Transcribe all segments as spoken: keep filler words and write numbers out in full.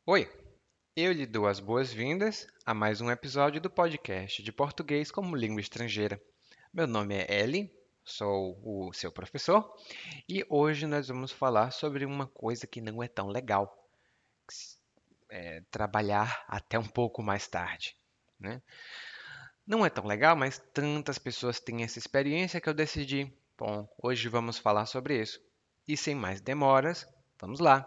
Oi, eu lhe dou as boas-vindas a mais um episódio do podcast de português como língua estrangeira. Meu nome é Ellie, sou o seu professor e hoje nós vamos falar sobre uma coisa que não é tão legal, é trabalhar até um pouco mais tarde, né? Não é tão legal, mas tantas pessoas têm essa experiência que eu decidi, bom, hoje vamos falar sobre isso. E sem mais demoras, vamos lá.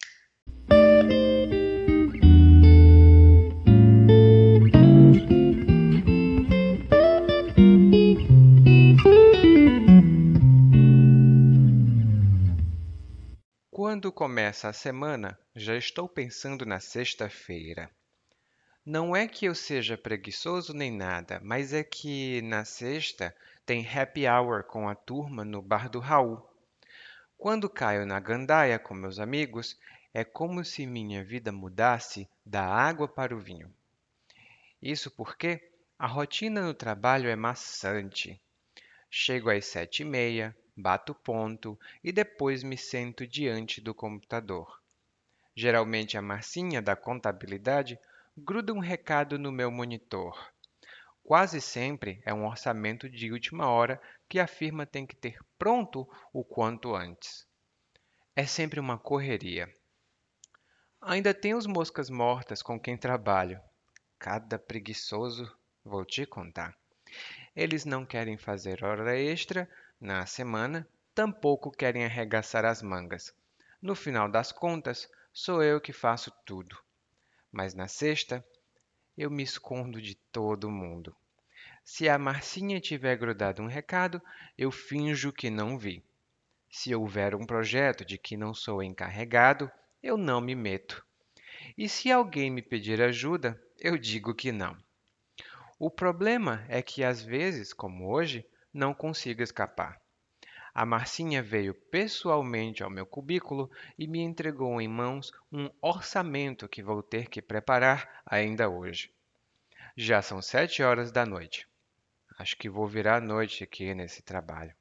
Quando começa a semana, já estou pensando na sexta-feira. Não é que eu seja preguiçoso nem nada, mas é que na sexta tem happy hour com a turma no bar do Raul. Quando caio na gandaia com meus amigos, é como se minha vida mudasse da água para o vinho. Isso porque a rotina no trabalho é maçante. Chego às sete e meia, bato ponto e depois me sento diante do computador. Geralmente a Marcinha da contabilidade gruda um recado no meu monitor. Quase sempre é um orçamento de última hora que a firma tem que ter pronto o quanto antes. É sempre uma correria. Ainda tem os moscas mortas com quem trabalho. Cada preguiçoso, vou te contar. Eles não querem fazer hora extra na semana, tampouco querem arregaçar as mangas. No final das contas, sou eu que faço tudo. Mas na sexta, eu me escondo de todo mundo. Se a Marcinha tiver grudado um recado, eu finjo que não vi. Se houver um projeto de que não sou encarregado, eu não me meto. E se alguém me pedir ajuda, eu digo que não. O problema é que às vezes, como hoje, não consigo escapar. A Marcinha veio pessoalmente ao meu cubículo e me entregou em mãos um orçamento que vou ter que preparar ainda hoje. Já são sete horas da noite. Acho que vou virar a noite aqui nesse trabalho.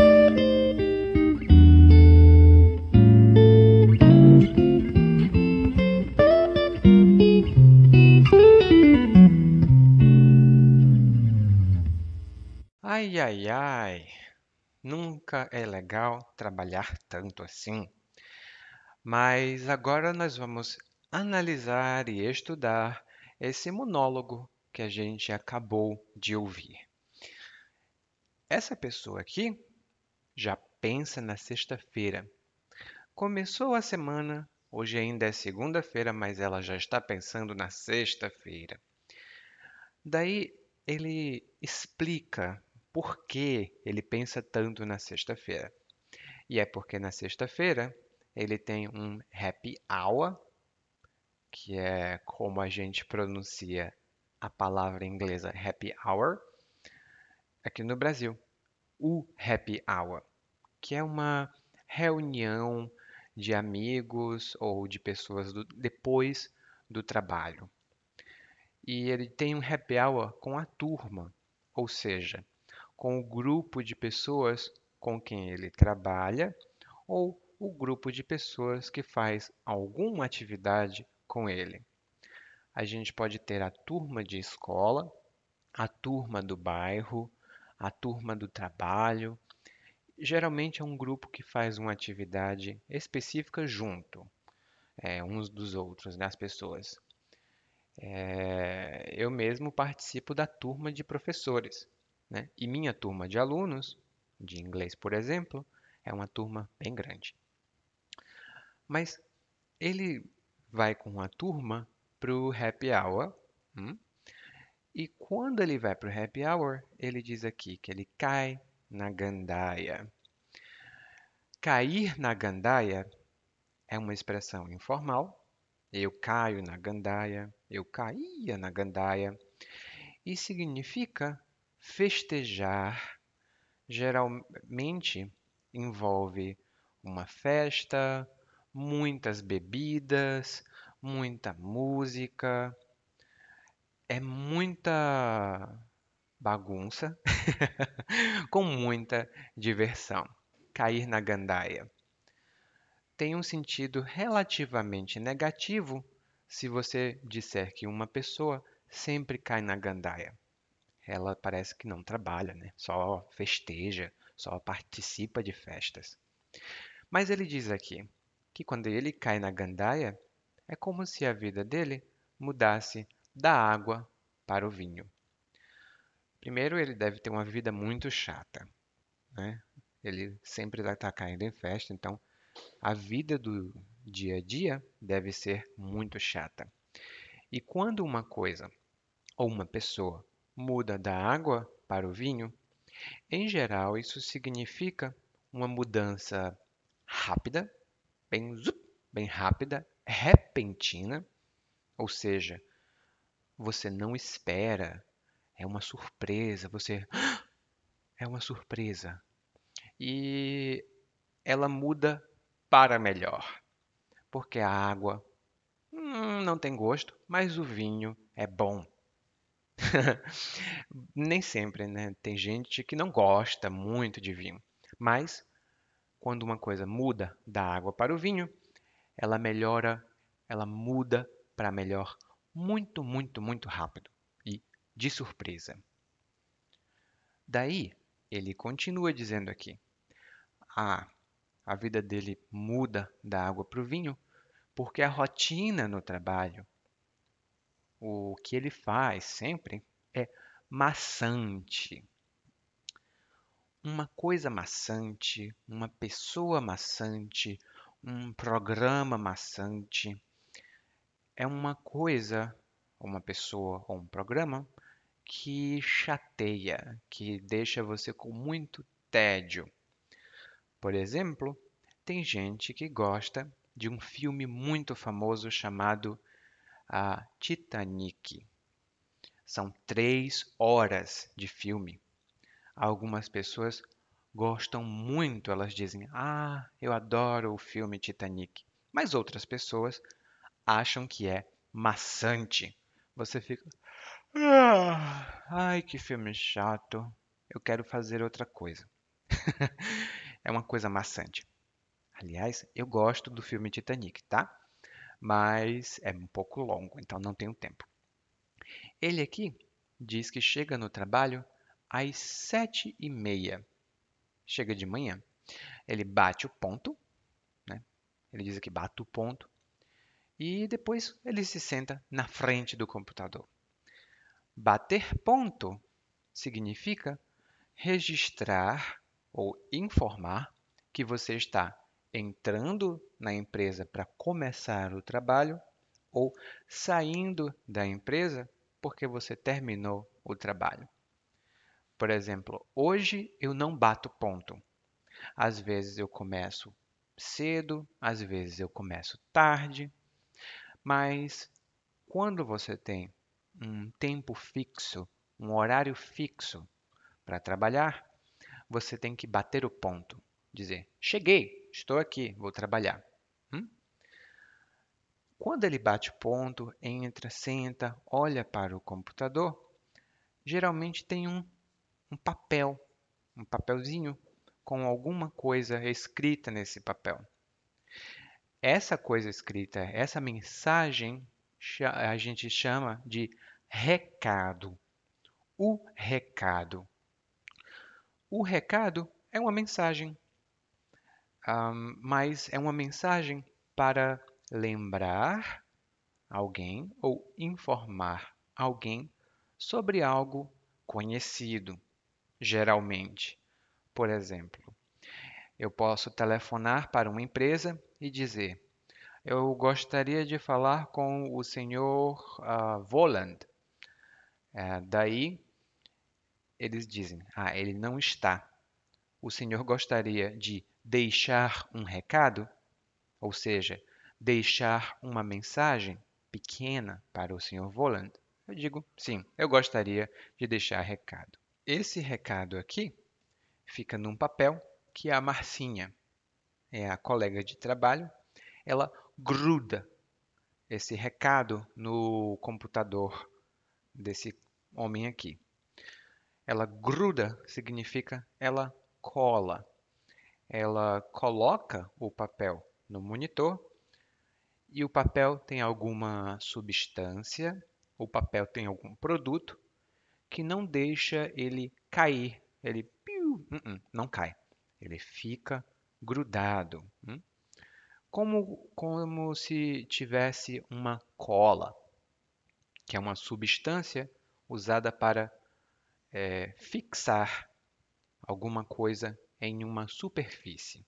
Ai, ai, ai. Nunca é legal trabalhar tanto assim. Mas agora nós vamos analisar e estudar esse monólogo que a gente acabou de ouvir. Essa pessoa aqui já pensa na sexta-feira. Começou a semana, hoje ainda é segunda-feira, mas ela já está pensando na sexta-feira. Daí ele explica por que ele pensa tanto na sexta-feira. E é porque na sexta-feira ele tem um happy hour, que é como a gente pronuncia a palavra inglesa happy hour aqui no Brasil. O happy hour, que é uma reunião de amigos ou de pessoas do- depois do trabalho. E ele tem um happy hour com a turma, ou seja, com o grupo de pessoas com quem ele trabalha ou o grupo de pessoas que faz alguma atividade com ele. A gente pode ter a turma de escola, a turma do bairro, a turma do trabalho. Geralmente é um grupo que faz uma atividade específica junto, é, uns dos outros, das pessoas. É, eu mesmo participo da turma de professores, né? E minha turma de alunos, de inglês, por exemplo, é uma turma bem grande. Mas ele vai com a turma para o happy hour, hum? E quando ele vai para o happy hour, ele diz aqui que ele cai na gandaia. Cair na gandaia é uma expressão informal. Eu caio na gandaia, eu caía na gandaia. E significa festejar. Geralmente envolve uma festa, muitas bebidas, muita música, é muita bagunça com muita diversão. Cair na gandaia tem um sentido relativamente negativo se você disser que uma pessoa sempre cai na gandaia. Ela parece que não trabalha, né? Só festeja, só participa de festas. Mas ele diz aqui que quando ele cai na gandaia, é como se a vida dele mudasse da água para o vinho. Primeiro, ele deve ter uma vida muito chata, né? Ele sempre vai estar caindo em festa, então a vida do dia a dia deve ser muito chata. E quando uma coisa ou uma pessoa muda da água para o vinho, em geral isso significa uma mudança rápida, bem, zup, bem rápida, repentina, ou seja, você não espera, é uma surpresa, você é uma surpresa. E ela muda para melhor, porque a água hum, não tem gosto, mas o vinho é bom. Nem sempre, né? Tem gente que não gosta muito de vinho, mas quando uma coisa muda da água para o vinho, ela melhora, ela muda para melhor muito, muito, muito rápido e de surpresa. Daí, ele continua dizendo aqui: ah, a vida dele muda da água para o vinho porque a rotina no trabalho, o que ele faz sempre, é maçante. Uma coisa maçante, uma pessoa maçante, um programa maçante, é uma coisa, uma pessoa ou um programa que chateia, que deixa você com muito tédio. Por exemplo, tem gente que gosta de um filme muito famoso chamado a Titanic. São três horas de filme. Algumas pessoas gostam muito, elas dizem: Ah, eu adoro o filme Titanic. Mas outras pessoas acham que é maçante. Você fica: ah, ai, que filme chato. Eu quero fazer outra coisa. É uma coisa maçante. Aliás, eu gosto do filme Titanic, tá? Mas é um pouco longo, então não tenho tempo. Ele aqui diz que chega no trabalho às sete e meia. Chega de manhã. Ele bate o ponto, né? Ele diz aqui bate o ponto e depois ele se senta na frente do computador. Bater ponto significa registrar ou informar que você está entrando na empresa para começar o trabalho ou saindo da empresa porque você terminou o trabalho. Por exemplo, hoje eu não bato ponto. Às vezes eu começo cedo, às vezes eu começo tarde, mas quando você tem um tempo fixo, um horário fixo para trabalhar, você tem que bater o ponto, dizer: cheguei, estou aqui, vou trabalhar. Hum? Quando ele bate o ponto, entra, senta, olha para o computador, geralmente tem um, um papel, um papelzinho com alguma coisa escrita nesse papel. Essa coisa escrita, essa mensagem, a gente chama de recado. O recado. O recado é uma mensagem, ahm, mas é uma mensagem para lembrar alguém ou informar alguém sobre algo conhecido, geralmente. Por exemplo, eu posso telefonar para uma empresa e dizer: Eu gostaria de falar com o senhor ah, Voland. Eh, daí eles dizem: Ah, ele não está. O senhor gostaria de deixar um recado? Ou seja, deixar uma mensagem pequena para o senhor Voland? Eu digo: Sim, eu gostaria de deixar recado. Esse recado aqui fica num papel que a Marcinha, é a colega de trabalho, ela gruda esse recado no computador desse homem aqui. Ela gruda significa ela cola. Ela coloca o papel no monitor E o papel tem alguma substância, o papel tem algum produto que não deixa ele cair. Ele piu, uh -uh, não cai. Ele fica grudado. Hum? Como, como se tivesse uma cola, que é uma substância usada para é, fixar alguma coisa em uma superfície.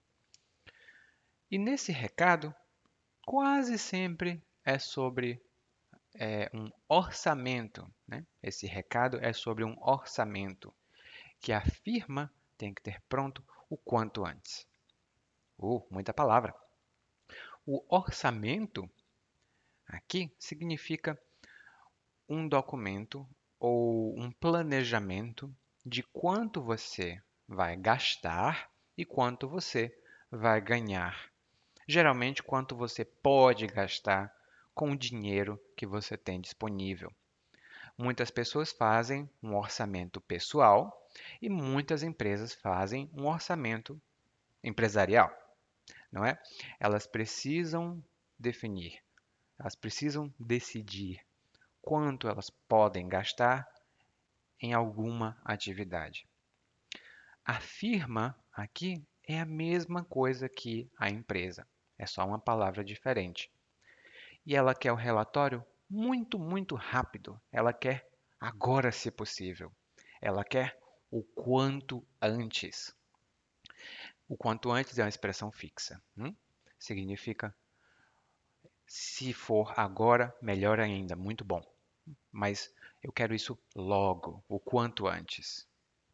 E nesse recado, quase sempre é sobre é, um orçamento. Né? Esse recado é sobre um orçamento que a firma tem que ter pronto o quanto antes. Uh, muita palavra. O orçamento aqui significa um documento ou um planejamento de quanto você vai gastar e quanto você vai ganhar. Geralmente, quanto você pode gastar com o dinheiro que você tem disponível. Muitas pessoas fazem um orçamento pessoal e muitas empresas fazem um orçamento empresarial, não é? Elas precisam definir, elas precisam decidir quanto elas podem gastar em alguma atividade. A firma aqui é a mesma coisa que a empresa, é só uma palavra diferente. E ela quer o relatório muito, muito rápido. Ela quer agora, se possível. Ela quer o quanto antes. O quanto antes é uma expressão fixa. Hum? Significa se for agora, melhor ainda, muito bom. Mas eu quero isso logo, o quanto antes.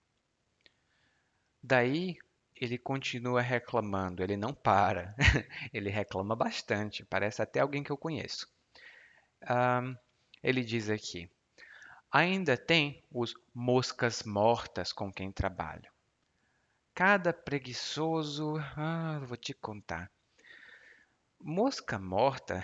Daí ele continua reclamando, ele não para. Ele reclama bastante, parece até alguém que eu conheço. Ah, ele diz aqui: ainda tem os moscas mortas com quem trabalho. Cada preguiçoso. Ah, vou te contar. Mosca morta,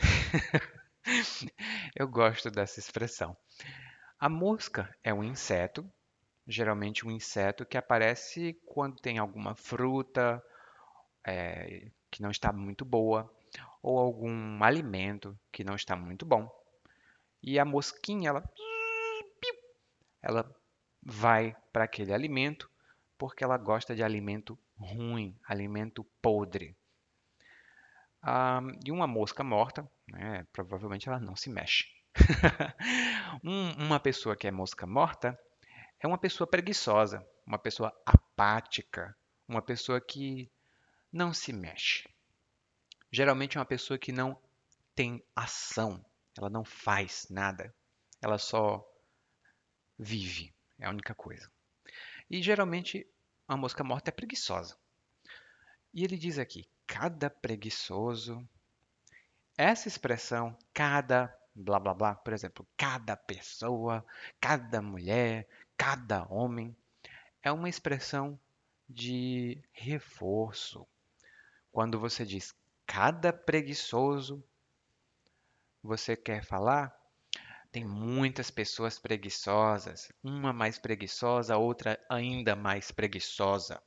eu gosto dessa expressão. A mosca é um inseto, geralmente um inseto que aparece quando tem alguma fruta é, que não está muito boa ou algum alimento que não está muito bom. E a mosquinha, ela, ela vai para aquele alimento porque ela gosta de alimento ruim, alimento podre. Ah, e uma mosca morta, né, provavelmente ela não se mexe. Um- uma pessoa que é mosca morta é uma pessoa preguiçosa, uma pessoa apática, uma pessoa que não se mexe. Geralmente é uma pessoa que não tem ação, ela não faz nada, ela só vive, é a única coisa. E geralmente a mosca morta é preguiçosa. E ele diz aqui: cada preguiçoso. Essa expressão, cada blá blá blá, por exemplo, cada pessoa, cada mulher, cada homem, é uma expressão de reforço. Quando você diz cada preguiçoso, você quer falar? Tem muitas pessoas preguiçosas, uma mais preguiçosa, outra ainda mais preguiçosa.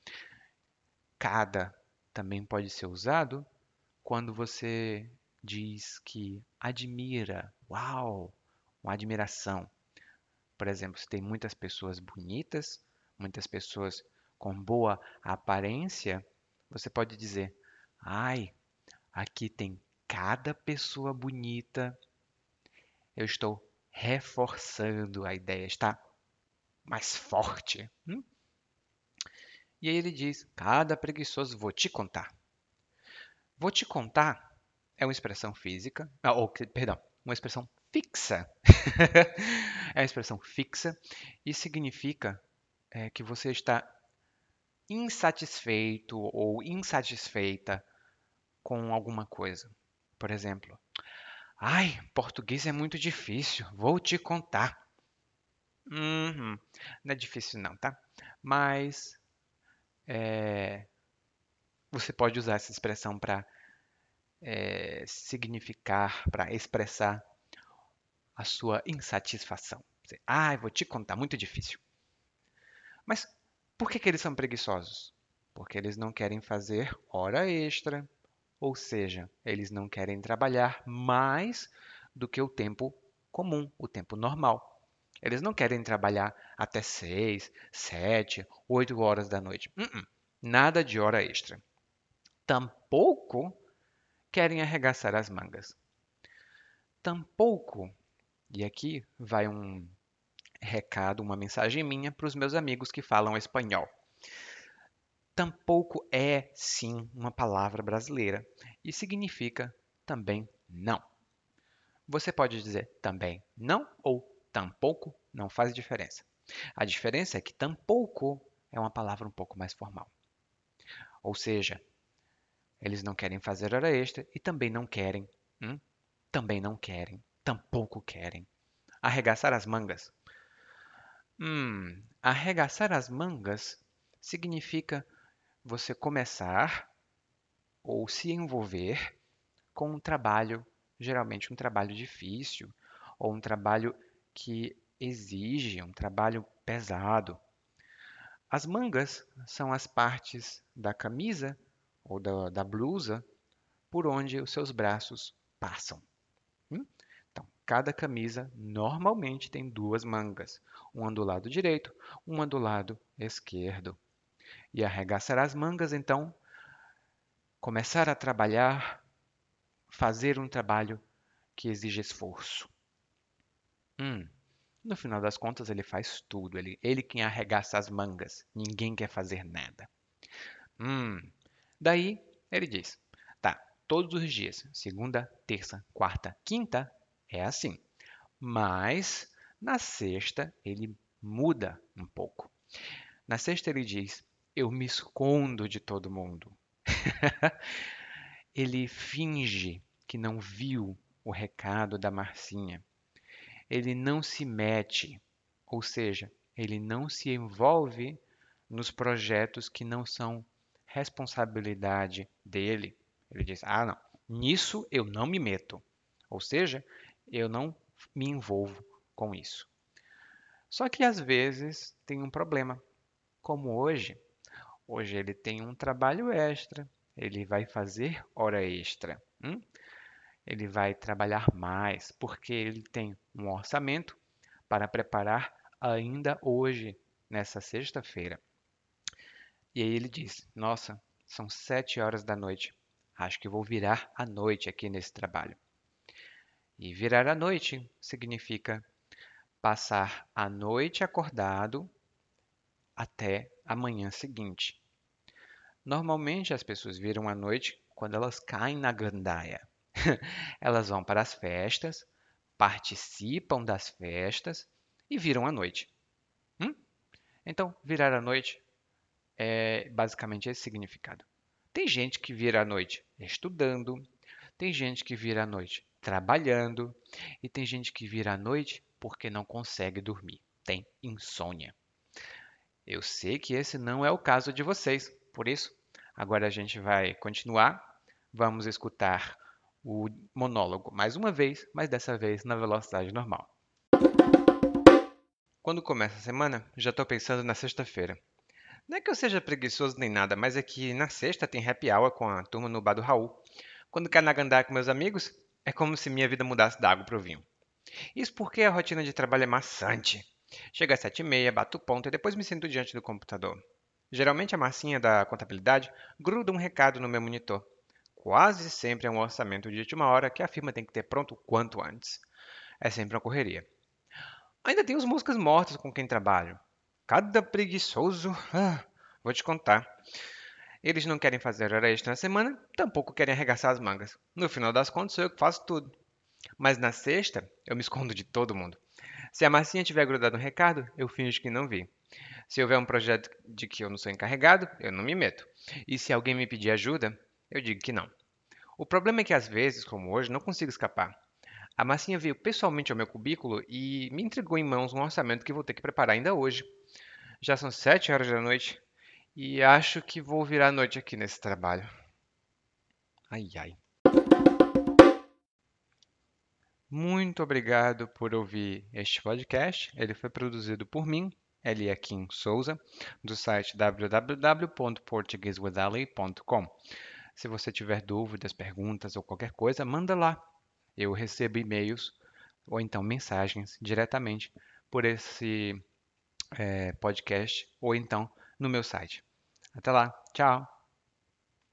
Cada também pode ser usado quando você diz que admira, uau, uma admiração. Por exemplo, se tem muitas pessoas bonitas, muitas pessoas com boa aparência, você pode dizer: ai, aqui tem cada pessoa bonita. Eu estou reforçando a ideia, está mais forte. Hum? E aí ele diz: cada preguiçoso, vou te contar. Vou te contar é uma expressão física, ah, ou, perdão, uma expressão fixa. É uma expressão fixa e significa é, que você está insatisfeito ou insatisfeita com alguma coisa. Por exemplo, ai, português é muito difícil, vou te contar. Uhum, não é difícil não, tá? Mas é, você pode usar essa expressão para é, significar, para expressar a sua insatisfação. Você, ah, eu vou te contar, muito difícil. Mas por que que eles são preguiçosos? Porque eles não querem fazer hora extra, ou seja, eles não querem trabalhar mais do que o tempo comum, o tempo normal. Eles não querem trabalhar até seis, sete, oito horas da noite. Uh-uh. Nada de hora extra. Tampouco querem arregaçar as mangas. Tampouco, e aqui vai um recado, uma mensagem minha para os meus amigos que falam espanhol. Tampouco é, sim, uma palavra brasileira e significa também não. Você pode dizer também não ou tampouco, não faz diferença. A diferença é que tampouco é uma palavra um pouco mais formal. Ou seja, eles não querem fazer hora extra e também não querem, hum? Também não querem, tampouco querem arregaçar as mangas. Hum, arregaçar as mangas significa você começar ou se envolver com um trabalho, geralmente um trabalho difícil ou um trabalho que exige, um trabalho pesado. As mangas são as partes da camisa ou da, da blusa por onde os seus braços passam. Hum? Então, cada camisa normalmente tem duas mangas, uma do lado direito, uma do lado esquerdo. E arregaçar as mangas, então, começar a trabalhar, fazer um trabalho que exige esforço. Hum, no final das contas, ele faz tudo. Ele, ele quem arregaça as mangas. Ninguém quer fazer nada. Hum, daí ele diz: tá, todos os dias, segunda, terça, quarta, quinta, é assim. Mas na sexta ele muda um pouco. Na sexta ele diz: eu me escondo de todo mundo. Ele finge que não viu o recado da Marcinha. Ele não se mete, ou seja, ele não se envolve nos projetos que não são responsabilidade dele. Ele diz: ah, não, nisso eu não me meto. Ou seja, eu não me envolvo com isso. Só que às vezes tem um problema, como hoje. Hoje ele tem um trabalho extra, ele vai fazer hora extra. Hum? Ele vai trabalhar mais, porque ele tem um orçamento para preparar ainda hoje, nessa sexta-feira. E aí ele diz: nossa, são sete horas da noite. Acho que vou virar a noite aqui nesse trabalho. E virar a noite significa passar a noite acordado até a manhã seguinte. Normalmente as pessoas viram a noite quando elas caem na gandaia. Elas vão para as festas, participam das festas e viram a noite. Hum? Então, virar a noite é basicamente esse significado. Tem gente que vira a noite estudando, tem gente que vira a noite trabalhando e tem gente que vira a noite porque não consegue dormir. Tem insônia. Eu sei que esse não é o caso de vocês, por isso, agora a gente vai continuar. Vamos escutar o monólogo mais uma vez, mas dessa vez na velocidade normal. Quando começa a semana, já estou pensando na sexta-feira. Não é que eu seja preguiçoso nem nada, mas é que na sexta tem happy hour com a turma no bar do Raul. Quando quero na gandaia com meus amigos, é como se minha vida mudasse da água para o vinho. Isso porque a rotina de trabalho é maçante. Chego às sete e meia, bato ponto e depois me sento diante do computador. Geralmente a Marcinha da contabilidade gruda um recado no meu monitor. Quase sempre é um orçamento de última hora que a firma tem que ter pronto o quanto antes. É sempre uma correria. Ainda tem os moscas mortas com quem trabalho. Cada preguiçoso. Ah, vou te contar. Eles não querem fazer hora extra na semana, tampouco querem arregaçar as mangas. No final das contas, sou eu que faço tudo. Mas na sexta, eu me escondo de todo mundo. Se a Marcinha tiver grudado no recado, eu finjo que não vi. Se houver um projeto de que eu não sou encarregado, eu não me meto. E se alguém me pedir ajuda, eu digo que não. O problema é que às vezes, como hoje, não consigo escapar. A Marcinha veio pessoalmente ao meu cubículo e me entregou em mãos um orçamento que vou ter que preparar ainda hoje. Já são sete horas da noite e acho que vou virar a noite aqui nesse trabalho. Ai, ai. Muito obrigado por ouvir este podcast. Ele foi produzido por mim, Eliakim Souza, do site w w w ponto portuguese with ali ponto com. Se você tiver dúvidas, perguntas ou qualquer coisa, manda lá. Eu recebo e-mails ou então mensagens diretamente por esse eh, podcast ou então no meu site. Até lá, tchau!